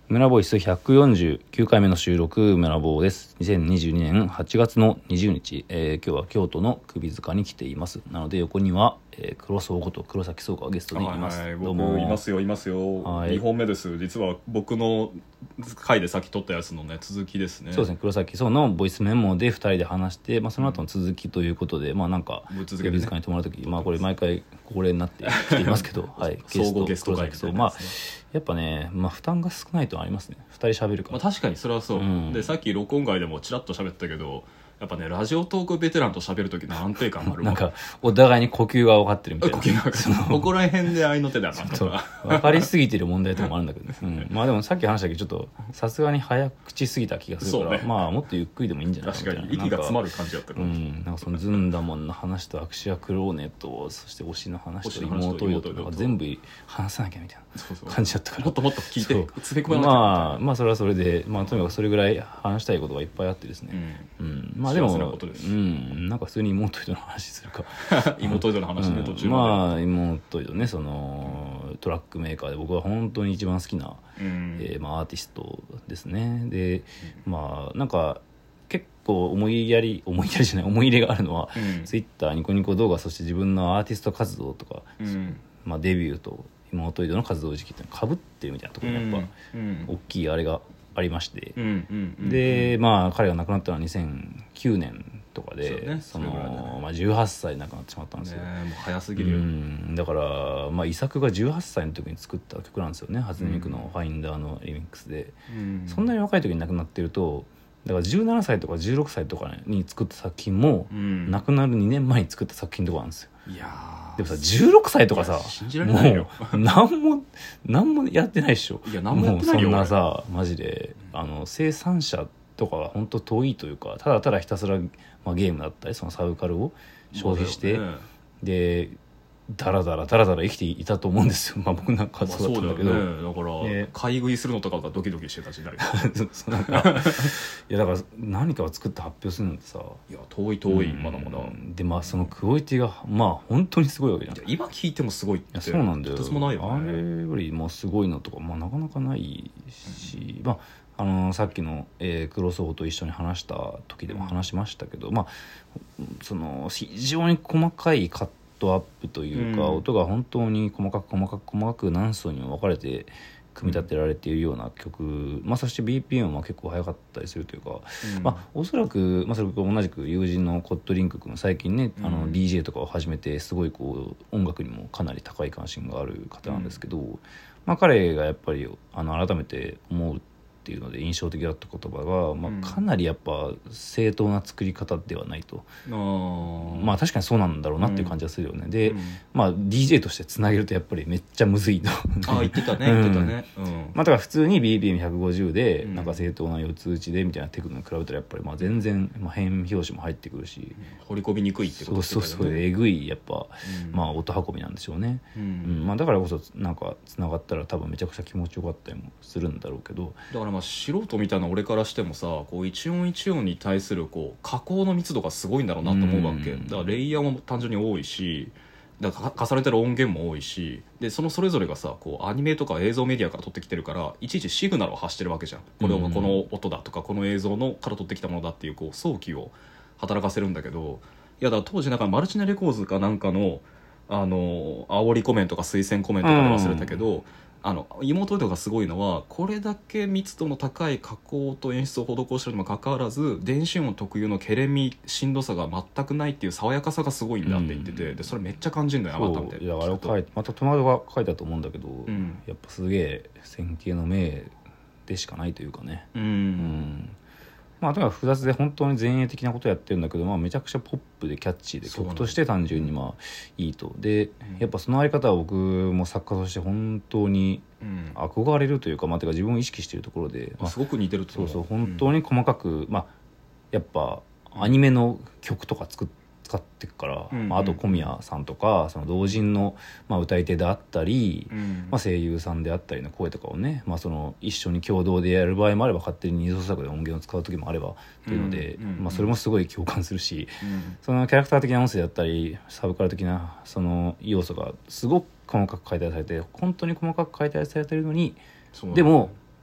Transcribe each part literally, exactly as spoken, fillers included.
村ボイスひゃくよんじゅうきゅうかいめの収録、村ボーです。にせんにじゅうにねんはちがつのにじゅうにち、えー、今日は京都の首塚に来ています。なので横には、えー、黒荘こと黒崎壮がゲストにいます。 はいはい、 どうも僕いますよいますよ、はい、にほんめです。実は僕の回でさっき撮ったやつのね続きですね。 そうですね、黒崎壮のボイスメモでふたりで話して、まあ、その後の続きということで、うん、まあなんか首塚に泊まるとき、まあこれ毎回恒例になってきていますけどはい、 総合ゲスト会みたいな、ね、 まあやっぱね、まあ、負担が少ないとはありますね。ふたり喋るから、 まあ、確かにそれはそう、うん、でさっき録音外でもちらっと喋ったけど、やっぱねラジオトークベテランと喋る時の安定感あるわなんかお互いに呼吸が分かってるみたいな、 呼吸が分かってるここら辺で合いの手だなとか分かりすぎてる問題とかもあるんだけど、ねうん、まあでもさっき話したけどちょっとさすがに早口すぎた気がするから、ね、まあもっとゆっくりでもいいんじゃないかみたいな。 確かに息が詰まる感じだったから、 うん、なんかそのずんだもんの話とアクシアクローネとそして推しの話と妹よとか全部話さなきゃみたいな感じだったから、 もっともっと聞いて詰め込まなきゃまあまあそれはそれで、まあ、とにかくそれぐらい話したいことがいっぱいあってですね、うん、うん、まあでもうん、なんか普通に妹との話するか妹との話ね、 うん、 途中まあ妹とねそのトラックメーカーで僕は本当に一番好きな、うんえーまあ、アーティストですね。で、うん、まあなんか結構思いやり思いやりじゃない思い入れがあるのは、うん、ツイッターニコニコ動画そして自分のアーティスト活動とか、うんまあ、デビューと妹との活動時期ってかぶってるみたいなところにやっぱ、うん、大きいあれがありまして、うんうんうん、でまあ彼が亡くなったのはにせんきゅうねんとかで、ね、そのまあ、じゅうはっさいで亡くなってしまったんですよ、 ね、もう早すぎるよ、 うん、だから、まあ、遺作がじゅうはっさいの時に作った曲なんですよね。初音ミクの「ファインダー」のリミックスで、うん、そんなに若い時に亡くなってるとだからじゅうななさいとかじゅうろくさいとかに作った作品も、うん、亡くなるにねんまえに作った作品とかなんですよ。 いやでもさじゅうろくさいとかさ信じられないよもう何も何もやってないでしょ。 いや何もやってないよ。 もうそんなさマジであの生産者とかは本当遠いというか、ただただひたすら、まあ、ゲームだったりそのサブカルを消費して、ね、でダラダラダラダラ生きていたと思うんですよ。まあ僕なんかそうだったんだけど、 まあ、そうだよね、だから、ね、買い食いするのとかがドキドキしてた時代そうなんかいやだから何かを作って発表するのってさ、 いや遠い遠い、うん、まだまだでまあそのクオリティがまあ本当にすごいわけじゃん。 今聞いてもすごいって。いやそうなんだよ、 とてつもないよね。 あれよりもすごいのとか、まあ、なかなかないし、うん、まああのさっきの、えー、黒荘と一緒に話した時でも話しましたけど、うん、まあその非常に細かいカットアップというか、うん、音が本当に細かく細かく細かく何層にも分かれて組み立てられているような曲、うんまあ、そして ビーピーエム は結構速かったりするというか、うんまあ、おそらく、まあ、それと同じく友人のコットリンク君最近ね、うん、あの ディージェー とかを始めてすごいこう音楽にもかなり高い関心がある方なんですけど、うんまあ、彼がやっぱりあの改めて思うっていうので印象的だった言葉が、まあ、かなりやっぱ正当な作り方ではないと、うん、まあ確かにそうなんだろうなっていう感じがするよね、うん、で、うんまあ、ディージェー としてつなげるとやっぱりめっちゃむずいとあ言ってたね言ってたね、 うんまあ、だから普通に ビーピーエムひゃくごじゅう でなんか正当な四つ打ちでみたいなテクノに比べたらやっぱりまあ全然、まあ、変拍子も入ってくるし、 掘り込みにくいってことですよね。 そうそうそうえぐいやっぱ、まあ、音運びなんでしょうね、うんうんまあ、だからこそなんかつながったら多分めちゃくちゃ気持ちよかったりもするんだろうけど、 だからまあ素人みたいな俺からしてもさこう一音一音に対するこう加工の密度がすごいんだろうなと思うわけ、うん、だからレイヤーも単純に多いしだから重ねてる音源も多いしでそのそれぞれがさこうアニメとか映像メディアから撮ってきてるからいちいちシグナルを発してるわけじゃん。これはこの音だとかこの映像のから撮ってきたものだっていうこう想起を働かせるんだけど、いやだから当時なんかマルチネレコーズかなんかのあの煽りコメントか推薦コメントかで忘れたけど、うんあの妹とかすごいのはこれだけ密度の高い加工と演出を施してるにもかかわらず電子音特有のケレミしんどさが全くないっていう爽やかさがすごいんだって言ってて、うん、でそれめっちゃ感じるんだよ改めて。 いやあれを書いてまたトマトが書いたと思うんだけど、うん、やっぱすげえ線形の名でしかないというかね、うんうんまあ、とにかく複雑で本当に前衛的なことをやってるんだけど、まあ、めちゃくちゃポップでキャッチーで曲として単純にまあいいと。で、うん、やっぱそのあり方は僕も作家として本当に憧れるというか、まあ、てか自分を意識しているところで、まあ、 すごく似てるとそうそう本当に細かく、うん、まあやっぱアニメの曲とか作って使っていくから、うんうんまあ、あと小宮さんとかその同人の、まあ、歌い手であったり、うんまあ、声優さんであったりの声とかをね、まあ、その一緒に共同でやる場合もあれば勝手に二次創作で音源を使う時もあればっていうので、うんうんうんまあ、それもすごい共感するし、うん、そのキャラクター的な音声だったりサブカル的なその要素がすごく細かく解体されて本当に細かく解体されてるのにでも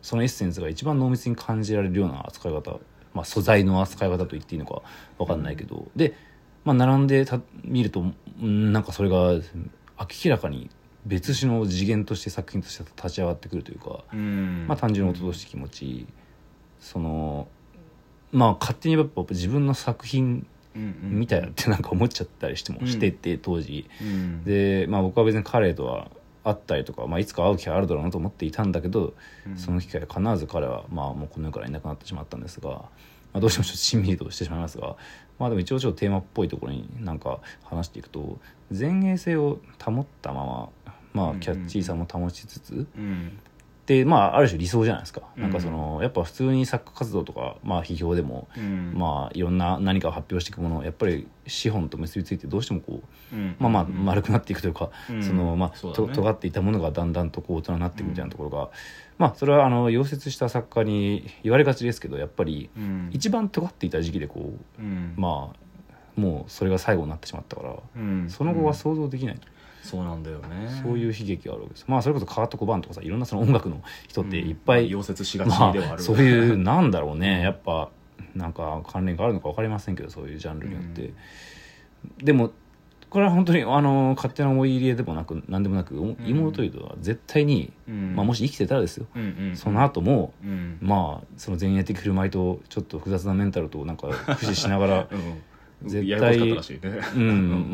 そのエッセンスが一番濃密に感じられるような扱い方、まあ、素材の扱い方と言っていいのか分かんないけど、で、まあ、並んでた見るとんなんかそれが明らかに別種の次元として作品として立ち上がってくるというか、 うんまあ、単純に音として気持ちいい、そのまあ勝手にやっぱ自分の作品みたいなってなんか思っちゃったりしてもしてて当時、 うん、 で、まあ、僕は別に彼とは会ったりとか、まあ、いつか会う機会あるだろうなと思っていたんだけど、うん、その機会必ず彼は、まあ、もうこの世からいなくなってしまったんですが、まあ、どうしてもちょっとしんみりとしてしまいますが、まあ、でも一応ちょっとテーマっぽいところになんか話していくと前衛性を保ったまま、まあ、キャッチーさも保ちつつ、うんうんでまあ、ある種理想じゃないですか、うん、なんかそのやっぱ普通に作家活動とか、まあ、批評でも、うんまあ、いろんな何かを発表していくものやっぱり資本と結びついてどうしてもこう、うんまあまあ丸くなっていくというか、うんそのまあね、と尖っていたものがだんだんとこう大人になっていくみたいなところが、うんまあ、それはあの溶接した作家に言われがちですけどやっぱり一番尖っていた時期でこう、うん、まあもうそれが最後になってしまったから、うん、その後は想像できない。 そうなんだよね。 そういう悲劇があるわけです。まあそれこそカート・コバーンとかさいろんなその音楽の人っていっぱい、 うんまあ、溶接しがちではある、まあ、 そういうなんだろうねやっぱなんか関連があるのか分かりませんけどそういうジャンルによって、うん、でもこれは本当にあの勝手な思い入れでもなく何でもなく、うん、妹とは絶対に、うんまあ、もし生きてたらですよ、うんうん、その後も、うん、まあその前衛的振る舞いとちょっと複雑なメンタルとなんか駆使しながら、うん絶対、ねうん、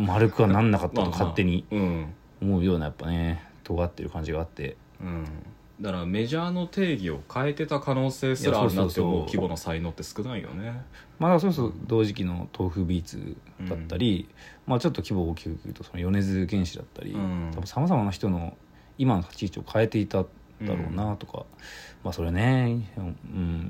丸くはなんなかったと勝手に思うようなやっぱね尖ってる感じがあって、 うん、だからメジャーの定義を変えてた可能性すらあるなって思う規模の才能って少ないよね。 まあそうそう同時期の豆腐ビーツだったり、うんまあ、ちょっと規模を大きく言うとその米津玄師だったり、うん、多分さまざまな人の今の立ち位置を変えていただろうなとか、うん、まあそれね、うん、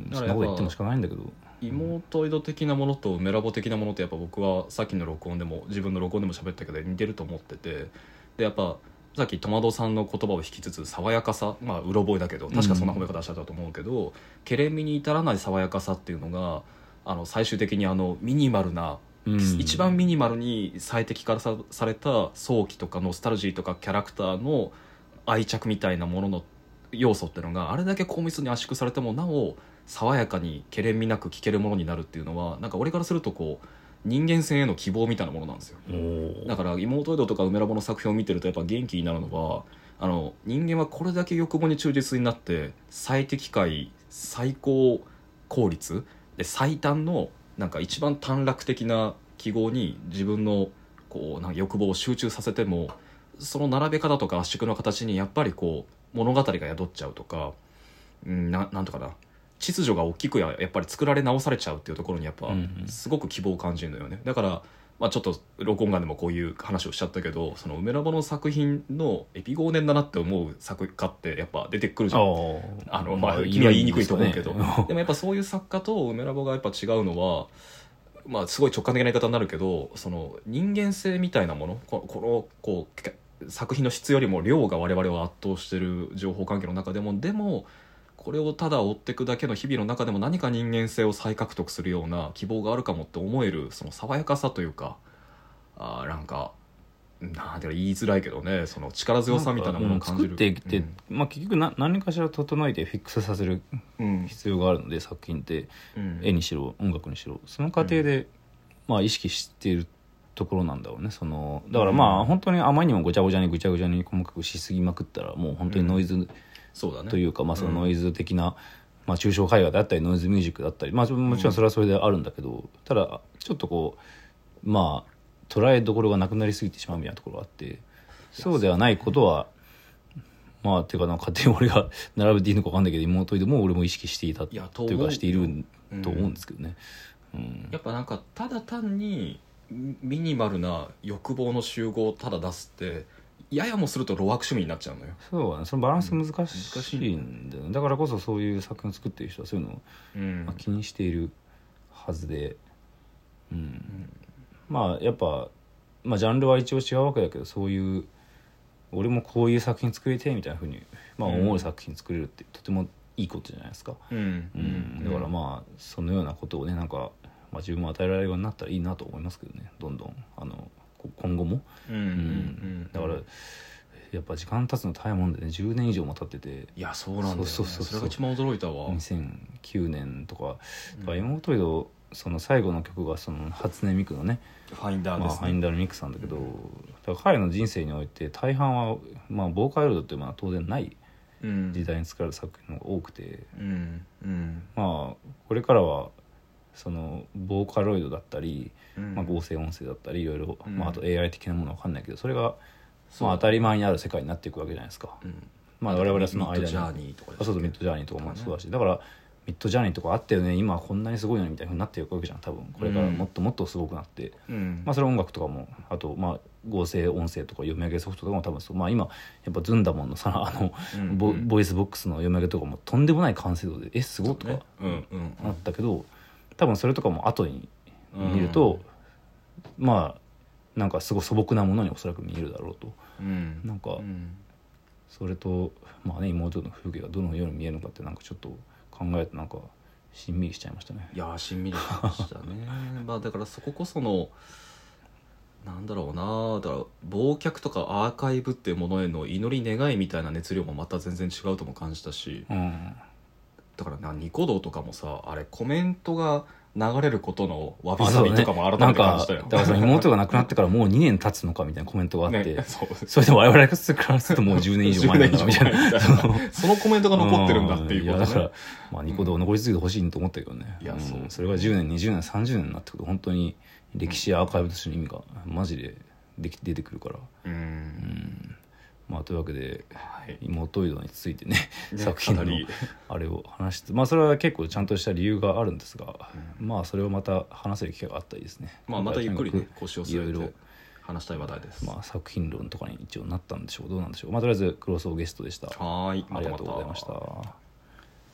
そんなこと言ってもしかないんだけど妹井戸的なものと梅ラボ的なものってやっぱ僕はさっきの録音でも自分の録音でも喋ったけど似てると思ってて、でやっぱさっき戸惑さんの言葉を引きつつ爽やかさ、まあうろ覚えだけど確かそんな褒め方しちゃったと思うけど、うん、ケレン味に至らない爽やかさっていうのがあの最終的にあのミニマルな、うん、一番ミニマルに最適化さ、された早期とかノスタルジーとかキャラクターの愛着みたいなものの要素っていうのがあれだけ高密に圧縮されてもなお爽やかにけれんみなく聴けるものになるっていうのはなんか俺からするとこう人間性への希望みたいなものなんですよ。だから妹井戸とか梅ラボの作品を見てるとやっぱ元気になるのはあの人間はこれだけ欲望に忠実になって最適解最高効率で最短のなんか一番短絡的な記号に自分のこうなんか欲望を集中させてもその並べ方とか圧縮の形にやっぱりこう物語が宿っちゃうとか、うん、な, なんとかな秩序が大きくやっぱり作られ直されちゃうっていうところにやっぱすごく希望を感じるのよね。だから、まあ、ちょっと録音画でもこういう話をしちゃったけどその梅ラボの作品のエピゴーネンだなって思う作家ってやっぱ出てくるじゃん。あの、まあ、君は言いにくいと思うけど、ね、でもやっぱそういう作家と梅ラボがやっぱ違うのはまあすごい直感的な言い方になるけどその人間性みたいなものこの、このこう作品の質よりも量が我々を圧倒してる情報環境の中でもでもこれをただ追っていくだけの日々の中でも何か人間性を再獲得するような希望があるかもって思えるその爽やかさというかあなんかなんて言いづらいけどねその力強さみたいなものを感じる、 作っていって、うんまあ、結局な何かしら整えてフィックスさせる必要があるので、うん、作品って、うん、絵にしろ音楽にしろその過程で、うんまあ、意識しているところなんだろうね。そのだからまあ、うん、本当にあまりにもごちゃごちゃにぐちゃぐちゃに細かくしすぎまくったらもう本当にノイズ、うんそうだね、というか、まあ、そのノイズ的な、うんまあ、抽象絵画であったりノイズミュージックだったり、まあ、もちろんそれはそれであるんだけど、うん、ただちょっとこうまあ捉えどころがなくなりすぎてしまうみたいなところがあってそうではないことはまあっていうかな勝手に俺が並べていいのか分かんないけど妹でも俺も意識していたっていうかしていると思うんですけどね、 うんうん、やっぱなんかただ単にミニマルな欲望の集合をただ出すってややもすると路悪趣味になっちゃうのよ。 そうね、そのバランス難しいんだよね、うん、だからこそそういう作品を作っている人はそういうのを、うんまあ、気にしているはずで、うんうん、まあやっぱ、まあ、ジャンルは一応違うわけだけどそういう俺もこういう作品作りたいみたいなふうに、まあ、思う作品作れるってとてもいいことじゃないですか、うんうん、だからまあそのようなことをねなんか、まあ、自分も与えられるようになったらいいなと思いますけどねどんどんあの今後も、うんうんうん、だからやっぱ時間経つの早いもんでね、じゅうねん以上も経ってて、 いやそうなんだよ、ね、 そうそうそうそう、 それが一番驚いたわ。 にせんきゅうねんとか、 うんだから妹とその最後の曲がその初音ミクのね、 ファインダーまあ、 ですね、 ファインダーのミックスなんだけど、だから彼の人生において大半は、まあ、ボーカロイドってまあ当然ないうん時代に作られる作品の方が多くて、 うんうんまあこれからはそのボーカロイドだったり、 うんまあ、合成音声だったりいろいろ、 うんまあ、あと エーアイ 的なものは分かんないけど、それがそうまあ当たり前にある世界になっていくわけじゃないですか。 うんまあ我々はその間にミッドジャーニーとかあそうそうミッドジャーニーとかもそうだし、だからミッドジャーニーとかあったよね、今こんなにすごいのにみたいなふうになっていくわけじゃん多分。これからもっともっとすごくなって、 うんまあそれ音楽とかも、あとまあ合成音声とか読み上げソフトとかも多分そう、まあ今やっぱズンダモンのさあの、 うんボボイスボックスの読み上げとかもとんでもない完成度でえすごいとかねうんうんなったけど、多分それとかも後に見ると、まあなんかすごい素朴なものにおそらく見えるだろうと。 うんなんかうんそれとまあね妹の風景がどのように見えるのかってなんかちょっと考えてなんかしんみりしちゃいましたね。 いやーしんみりしましたねまあだからそここそのなんだろうな、だから忘却とかアーカイブっていうものへの祈り願いみたいな熱量もまた全然違うとも感じたし、 うんだからなニコ動とかもさ、あれコメントが流れることのわびあそうねさびとかも改めて感じたよ。 なんかだからその妹が亡くなってからもうにねん経つのかみたいなコメントがあって、 ね、そうそれで我々からするともうじゅうねん以上前なんだみたいなそのコメントが残ってるんだっていうことね。 んやだから、まあ、ニコ動残り続けてほしいと思ったけどね、 いやそううん、それがじゅうねんにじゅうねんさんじゅうねんになってくると本当に歴史アーカイブとしての意味がマジででき出てくるから、 うんうんまあ、というわけで、 はい、 妹井戸についてねね作品のかなりあれを話して、まあそれは結構ちゃんとした理由があるんですが、 うんまあそれをまた話せる機会があったりですね、 まあ、またゆっくり、ね、 と腰をいろいろ据えて話したい話題です。 まあ、作品論とかに一応なったんでしょう、どうなんでしょう。まあとりあえずクロスオーゲストでした。 はーい、 ありがとうございました。